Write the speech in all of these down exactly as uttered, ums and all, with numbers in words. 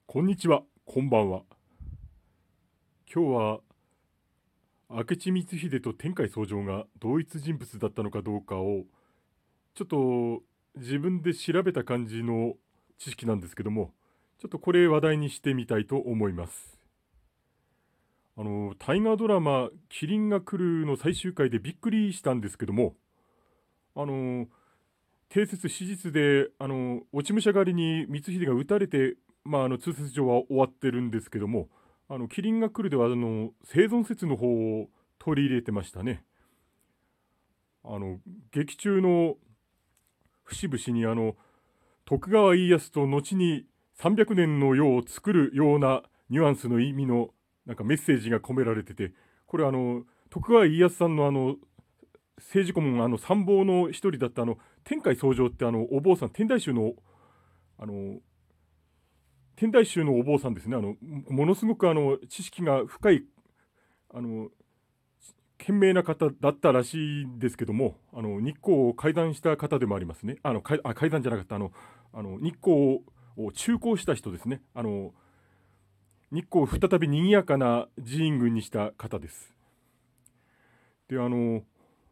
こんにちは、こんばんは。今日は明智光秀と天海宗匠が同一人物だったのかどうかをちょっと自分で調べた感じの知識なんですけども、ちょっとこれ話題にしてみたいと思います。あの大河ドラマ「麒麟が来る」の最終回でびっくりしたんですけども、あの定説史実であの落ち武者狩りに光秀が撃たれて、まあ、あの通説上は終わってるんですけども、あの麒麟が来るではあの生存説の方を取り入れてましたね。あの劇中の節々にあの徳川家康と後にさんびゃくねんの世を作るようなニュアンスの意味のなんかメッセージが込められてて、これあの徳川家康さんのあの政治顧問あの参謀の一人だったあの天海宗匠ってあのお坊さん、天台宗のあの天台宗のお坊さんですね。あのものすごくあの知識が深いあの賢明な方だったらしいんですけども、あの日光を開山した方でもありますね。あの開あ開山じゃなかったあのあの日光を中興した人ですね。あの日光を再び賑やかな寺院群にした方です。で、あの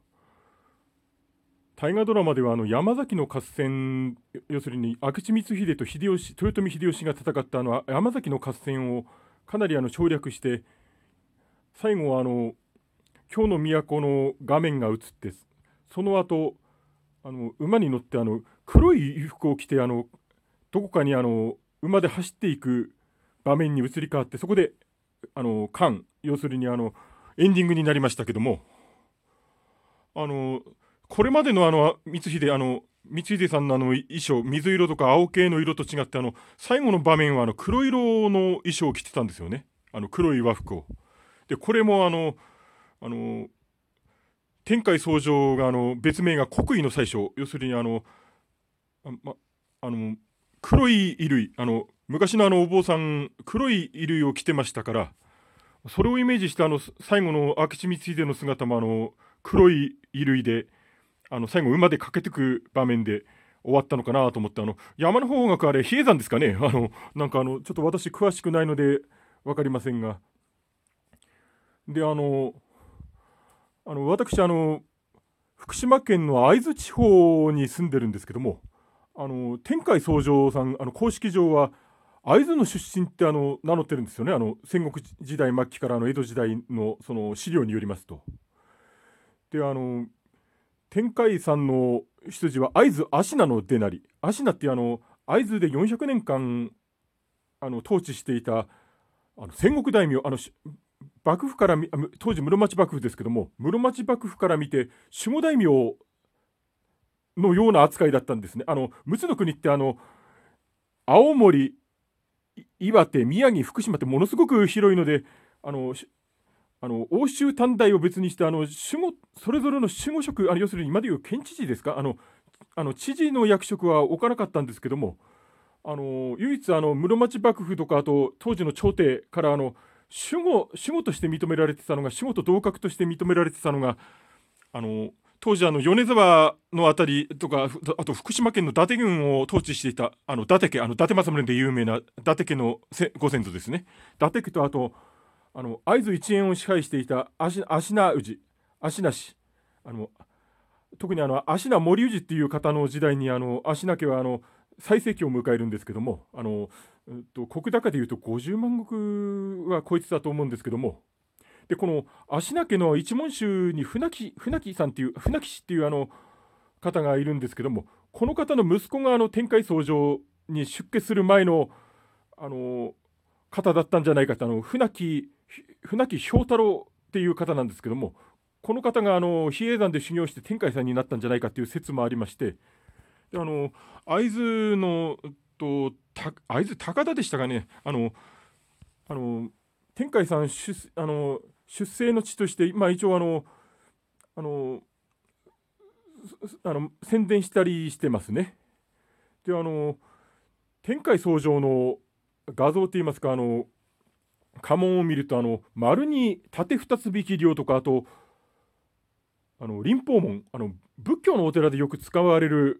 大河ドラマではあの山崎の合戦、要するに明智光秀と秀吉豊臣秀吉が戦ったあの山崎の合戦をかなりあの省略して、最後はあの京の都の画面が映って、その後あの馬に乗ってあの黒い衣服を着てあのどこかにあの馬で走っていく場面に移り変わって、そこであの巻、要するにあのエンディングになりましたけども、あのこれまでのあの光秀あの光秀さんのあの衣装、水色とか青系の色と違って、あの最後の場面はあの黒色の衣装を着てたんですよね。あの黒い和服を。でこれもあのあの天海宗匠があの別名が国威の最初、要するにあのあ、ま、あの黒い衣類、あの昔のあのお坊さん黒い衣類を着てましたから、それをイメージしたあの最後の明智光秀の姿もあの黒い衣類で、あの最後馬で駆けてく場面で終わったのかなと思って、あの山の方角あれ比叡山ですかね。あのなんかあのちょっと私詳しくないので分かりませんが、であのあの私あの福島県の会津地方に住んでるんですけども、あの天海宗匠さんあの公式上は会津の出身ってあの名乗ってるんですよね。あの戦国時代末期からあの江戸時代のその資料によりますと。であの天海さんの出自は会津芦名の出なり、芦名ってあの会津でよんひゃくねんかんあの統治していたあの戦国大名、あの幕府からみ当時室町幕府ですけども、室町幕府から見て守護大名のような扱いだったんですね。あの陸奥の国ってあの青森、岩手、宮城、福島ってものすごく広いので、あのあの欧州短大を別にしてあの守護それぞれの守護職、あの要するに今でいう県知事ですか、あのあの知事の役職は置かなかったんですけども、あの唯一あの室町幕府とかあと当時の朝廷からあの守護守護として認められてたのが、守護と同格として認められてたのが、あの当時あの米沢のあたりとか、あと福島県の伊達郡を統治していたあの伊達家、あの伊達政宗で有名な伊達家のご先祖ですね。伊達家とあとあの会津一円を支配していた芦名氏、芦名氏、あの特にあの芦名森氏っていう方の時代にあの芦名家はあの最盛期を迎えるんですけども、あの、えっと、石高でいうとごじゅうまん石は超えてたと思うんですけども、でこの芦名家の一門衆に船木船木さんっていう船木氏っていうあの方がいるんですけども、この方の息子があの天海宗匠に出家する前のあの方だったんじゃないかと、あの船木船木兵太郎っていう方なんですけども、この方があの比叡山で修行して天海さんになったんじゃないかという説もありまして、であの会津のと会津高田でしたかね、あのあの天海さん出あの出生の地として、まあ、一応あのあのあの宣伝したりしてますね。であの天海宗匠の画像といいますか、あの家紋を見るとあの丸に縦二つ引き両とか、あとあの臨宝門、あの仏教のお寺でよく使われる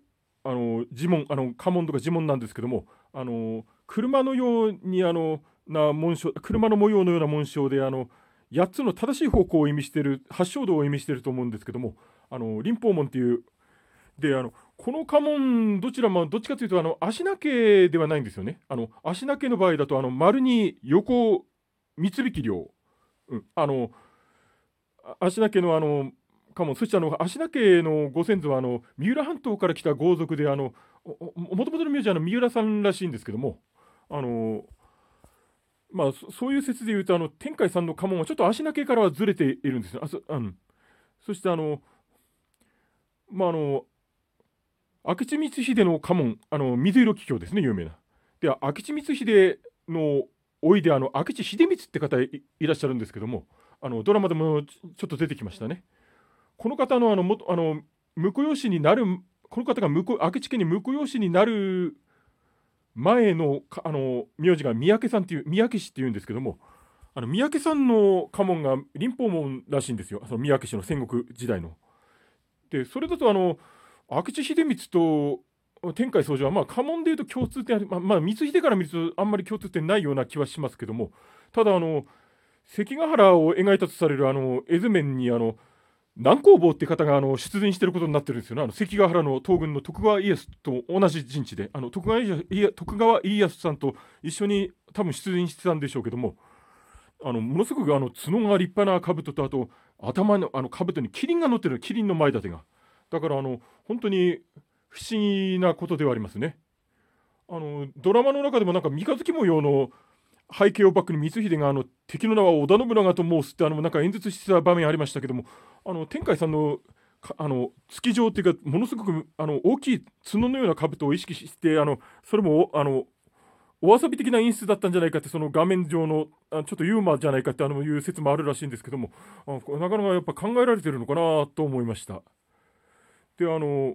あの呪文あの家紋とか呪文なんですけども、あの車のようにあのな紋章、車の模様のような紋章であのやっつの正しい方向を意味している、八正道を意味していると思うんですけども、あの林宝門っていうで、あのこの家紋どちらもどっちかというとあの足名家ではないんですよね。あの足名家の場合だとあの丸に横三引両、うん、あの足名家のあの家紋、そしてあの足名家のご先祖はあの三浦半島から来た豪族で、あのもともとの名字はあの三浦さんらしいんですけども、あのまあそそういう説でいうとあの天海さんの家紋はちょっと足名家からはずれているんですよ。あそ、うん、そしてあのまああの明智光秀の家紋、あの水色桔梗ですね、有名な。で、明智光秀のおいであの明智秀光って方い、いらっしゃるんですけども、あのドラマでもちょっと出てきましたね。この方のあのもあの婿養子になる、この方が婿明智家に婿養子になる前のあの名字が三宅さんっていう、三宅氏っていうんですけども、あの三宅さんの家紋が林宝門らしいんですよ、その三宅氏の戦国時代の。で、それだとあの明智秀光と天海宗女はまあ家紋でいうと共通点あり、まあ、まあ、光秀から見るとあんまり共通点ないような気はしますけども、ただあの関ヶ原を描いたとされるあの絵図面にあの南光坊って方があの出陣していることになってるんですよね。あの関ヶ原の東軍の徳川家康と同じ陣地で、あの徳川家徳川家康さんと一緒に多分出陣してたんでしょうけども、あのものすごくあの角が立派な兜と、あと頭のあの兜にキリンが乗ってる、キリンの前立てが。だからあの本当に不思議なことではありますね。あのドラマの中でもなんか三日月模様の背景をバックに光秀があの敵の名は織田信長と申すってあのなんか演説してた場面ありましたけども、あの天海さんのあの月状っていうかものすごくあの大きい角のような兜を意識して、あのそれもあのお遊び的な演出だったんじゃないかって、その画面上のあちょっとユーモアじゃないかってあのいう説もあるらしいんですけども、あなかなかやっぱ考えられてるのかなと思いました。で、あの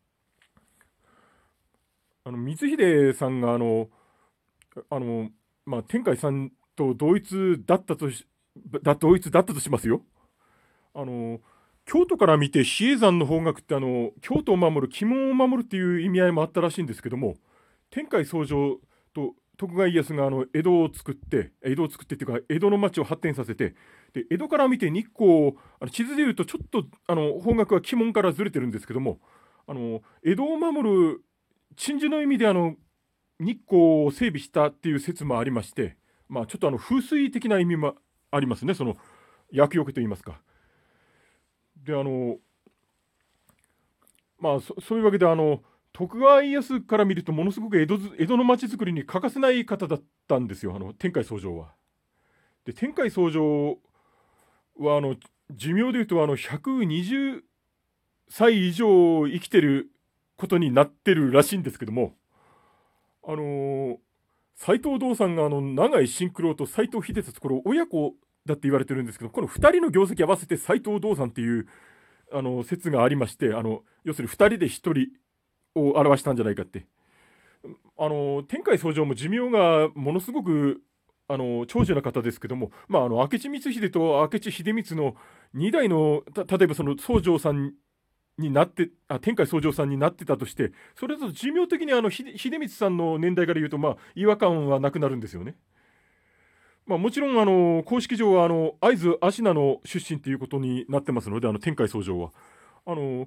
あの光秀さんがあのあのまあ天海さんと同一だったとしだ同一だったとしますよ。あの京都から見て比叡山の方角ってあの京都を守る、鬼門を守るっていう意味合いもあったらしいんですけども、天海宗匠と徳川家康があの江戸を作って江戸を作ってっていうか江戸の町を発展させて、で江戸から見て日光、あの地図でいうとちょっとあの方角は鬼門からずれてるんですけども、あの江戸を守る鎮守の意味であの日光を整備したっていう説もありまして、まあちょっとあの風水的な意味もありますね、その厄除けといいますか。であのまあ そ, そういうわけであの徳川家康から見るとものすごく江戸江戸の町づくりに欠かせない方だったんですよ、あの天海宗匠は。で天海宗匠はあの寿命でいうとあのひゃくにじゅっさい以上生きてることになってるらしいんですけども、あのー、斎藤道さんがあの永井新九郎と斎藤秀達、これ親子だって言われてるんですけど、このふたりの業績合わせて斎藤道さんっていうあの説がありまして、あの要するにふたりでひとりを表したんじゃないかって。あの天海宗匠も寿命がものすごくあの長寿な方ですけども、まあ、あの明智光秀と明智秀光のにだいのた例えばその宗匠さんになってあ天海宗匠さんになってたとして、それだと寿命的にあの秀光さんの年代から言うと、まあ、違和感はなくなるんですよね。まあ、もちろんあの公式上はあの会津芦名の出身ということになってますので、あの天海宗匠はあの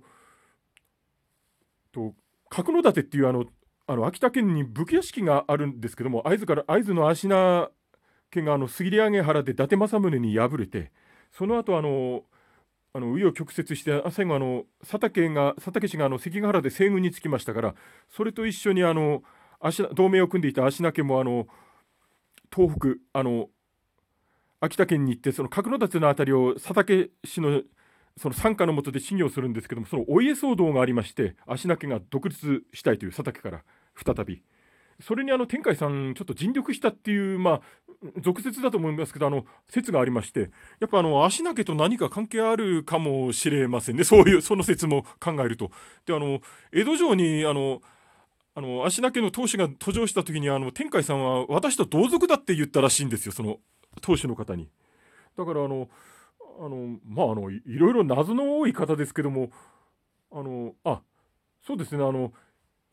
と角館っていうあのあの秋田県に武家屋敷があるんですけども、会津から会津の芦名県があの杉上原で伊達政宗に敗れて、その後あのあの紆余曲折して最後あの佐竹が佐竹氏があの関ヶ原で西軍につきましたから、それと一緒にあの芦名同盟を組んでいた芦名家もあの東北あの秋田県に行って、その角館のあたりを佐竹氏のその傘下の下で修行するんですけども、そのお家騒動がありまして、芦名家が独立したいという佐竹から再び、それにあの天海さんちょっと尽力したっていう、まあ俗説だと思いますけど、あの説がありまして、やっぱあの芦名家と何か関係あるかもしれませんね、そういうその説も考えると。であの江戸城にあのあの芦名家の当主が登場した時に、あの天海さんは私と同族だって言ったらしいんですよ、その当主の方に。だからあのあのまああのいろいろ謎の多い方ですけども、あのあそうですね、あの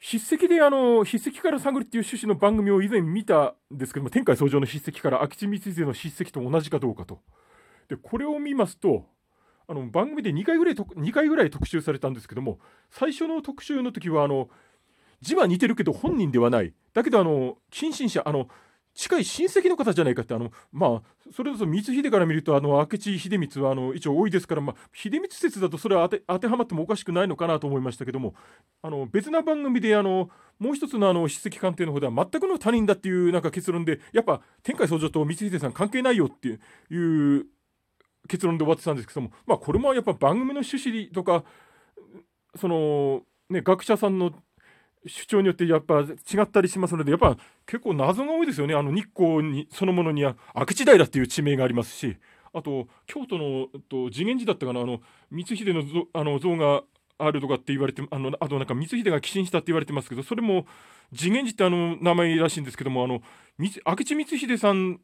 筆跡であの筆跡から探るっていう趣旨の番組を以前見たんですけども、天海総上の筆跡から明智光秀の筆跡と同じかどうかと。でこれを見ますと、あの番組でにかいぐらいとにかいぐらい特集されたんですけども、最初の特集の時はあの字は似てるけど本人ではない、だけどあの近親者、あの近い親戚の方じゃないかって、あのまあそれこそ光秀から見るとあの明智秀光はあの一応多いですから、まあ、秀光説だとそれは当て当てはまってもおかしくないのかなと思いましたけども、あの別な番組であのもう一つのあの筆跡鑑定の方では全くの他人だっていうなんか結論で、やっぱ天海宗上と光秀さん関係ないよっていう結論で終わってたんですけども、まあこれもやっぱ番組の趣旨とか、そのね学者さんの主張によってやっぱ違ったりしますので、やっぱ結構謎が多いですよね。あの日光にそのものには明智平っていう地名がありますし、あと京都のと次元寺だったかな、あの光秀の像あの像があるとかって言われて、あのあとなんか光秀が寄進したって言われてますけど、それも次元寺ってあの名前らしいんですけども、あの明智光秀さん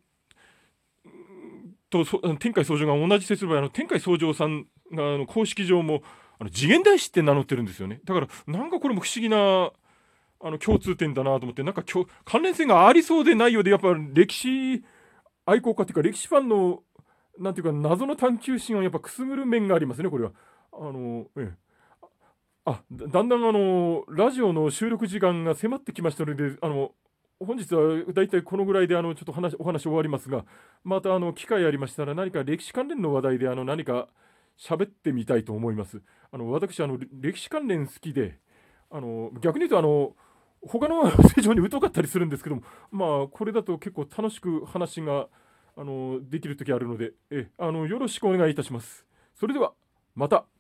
とそ天海宗上が同じ説の場合、あの天海宗上さんがあの公式上もあの次元大師って名乗ってるんですよね。だからなんかこれも不思議なあの共通点だなと思って、なんか関連性がありそうでないようで、やっぱ歴史愛好家っていうか歴史ファンのなんていうか謎の探求心をやっぱくすぐる面がありますね、これは。あの、ええ、あだだんだんあのラジオの収録時間が迫ってきましたので、あの本日はだいたいこのぐらいであのちょっと話お話終わりますが、またあの機会ありましたら何か歴史関連の話題であの何か喋ってみたいと思います。あの私あの歴史関連好きで、あの逆に言うとあの他の正常に疎かったりするんですけども、まあこれだと結構楽しく話があのできる時あるので、えあのよろしくお願いいたします。それではまた。